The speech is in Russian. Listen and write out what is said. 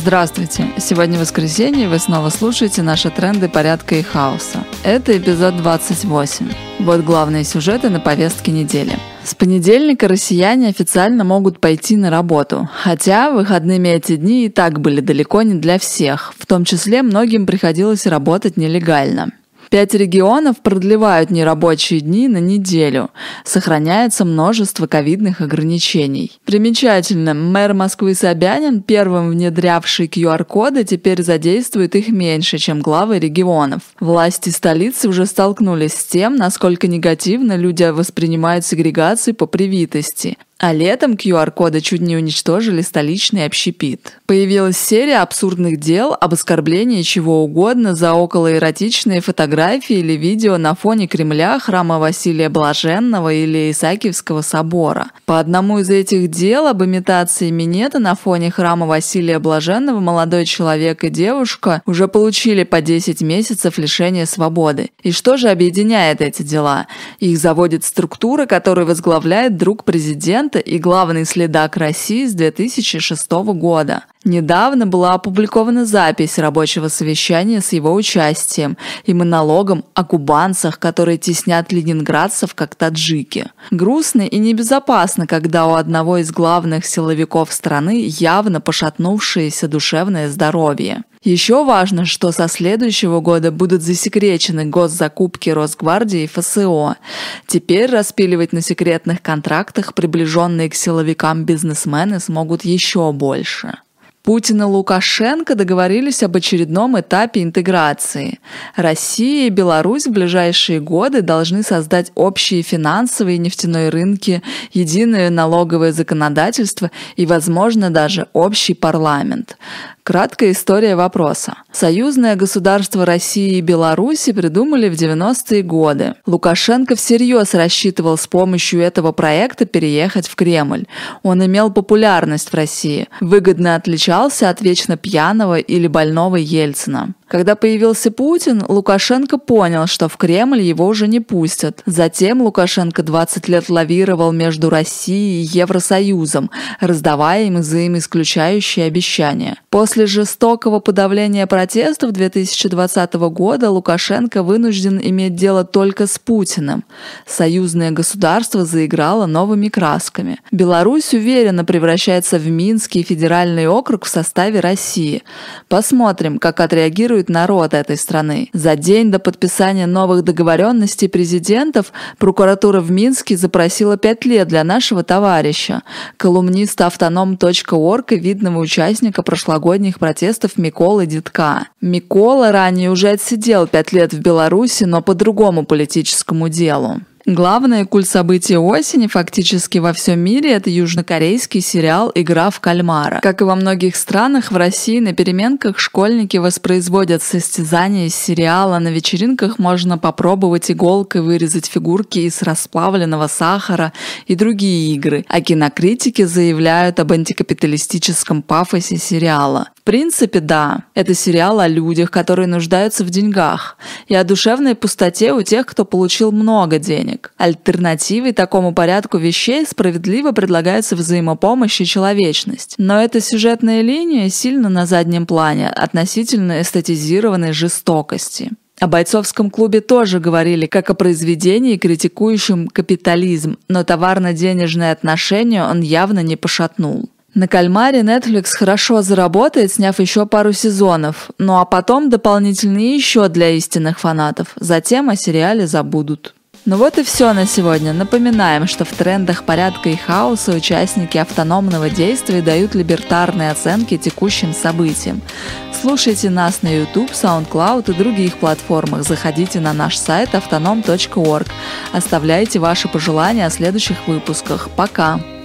Здравствуйте! Сегодня воскресенье, и вы снова слушаете наши тренды порядка и хаоса. Это эпизод 28. Вот главные сюжеты на повестке недели. С понедельника россияне официально могут пойти на работу, хотя выходными эти дни и так были далеко не для всех, в том числе многим приходилось работать нелегально. 5 регионов продлевают нерабочие дни на неделю. Сохраняется множество ковидных ограничений. Примечательно, мэр Москвы Собянин, первым внедрявший QR-коды, теперь задействует их меньше, чем главы регионов. Власти столицы уже столкнулись с тем, насколько негативно люди воспринимают сегрегацию по привитости. А летом QR-коды чуть не уничтожили столичный общепит. Появилась серия абсурдных дел об оскорблении чего угодно за околоэротичные фотографии или видео на фоне Кремля, храма Василия Блаженного или Исаакиевского собора. По одному из этих дел об имитации минета на фоне храма Василия Блаженного молодой человек и девушка уже получили по 10 месяцев лишения свободы. И что же объединяет эти дела? Их заводит структура, которую возглавляет друг президента и главный следак России с 2006 года. Недавно была опубликована запись рабочего совещания с его участием и монологом о кубанцах, которые теснят ленинградцев как таджики. Грустно и небезопасно, когда у одного из главных силовиков страны явно пошатнувшееся душевное здоровье. Еще важно, что со следующего года будут засекречены госзакупки Росгвардии и ФСО. Теперь распиливать на секретных контрактах приближенные к силовикам бизнесмены смогут еще больше. Путин и Лукашенко договорились об очередном этапе интеграции. Россия и Беларусь в ближайшие годы должны создать общие финансовые и нефтяные рынки, единое налоговое законодательство и, возможно, даже общий парламент. Краткая история вопроса. Союзное государство России и Беларуси придумали в 90-е годы. Лукашенко всерьез рассчитывал с помощью этого проекта переехать в Кремль. Он имел популярность в России, выгодно отличался от вечно пьяного или больного Ельцина. Когда появился Путин, Лукашенко понял, что в Кремль его уже не пустят. Затем Лукашенко 20 лет лавировал между Россией и Евросоюзом, раздавая им взаимоисключающие обещания. После жестокого подавления протестов 2020 года Лукашенко вынужден иметь дело только с Путиным. Союзное государство заиграло новыми красками. Беларусь уверенно превращается в Минский федеральный округ в составе России. Посмотрим, как отреагирует народ этой страны. За день до подписания новых договоренностей президентов прокуратура в Минске запросила 5 лет для нашего товарища, колумниста автоном.орг и видного участника прошлогодних протестов Миколы Дидка. Микола ранее уже отсидел 5 лет в Беларуси, но по другому политическому делу. Главное культ событий осени фактически во всем мире – это южнокорейский сериал «Игра в кальмара». Как и во многих странах, в России на переменках школьники воспроизводят состязания из сериала, на вечеринках можно попробовать иголкой вырезать фигурки из расплавленного сахара и другие игры, а кинокритики заявляют об антикапиталистическом пафосе сериала. В принципе, да, это сериал о людях, которые нуждаются в деньгах, и о душевной пустоте у тех, кто получил много денег. Альтернативой такому порядку вещей справедливо предлагается взаимопомощь и человечность. Но эта сюжетная линия сильно на заднем плане относительно эстетизированной жестокости. О бойцовском клубе тоже говорили как о произведении, критикующем капитализм, но товарно-денежные отношения он явно не пошатнул. На «Кальмаре» Netflix хорошо заработает, сняв еще пару сезонов, ну а потом дополнительные еще для истинных фанатов. Затем о сериале забудут. Ну вот и все на сегодня. Напоминаем, что в трендах порядка и хаоса участники автономного действия дают либертарные оценки текущим событиям. Слушайте нас на YouTube, SoundCloud и других платформах. Заходите на наш сайт autonom.org. Оставляйте ваши пожелания о следующих выпусках. Пока!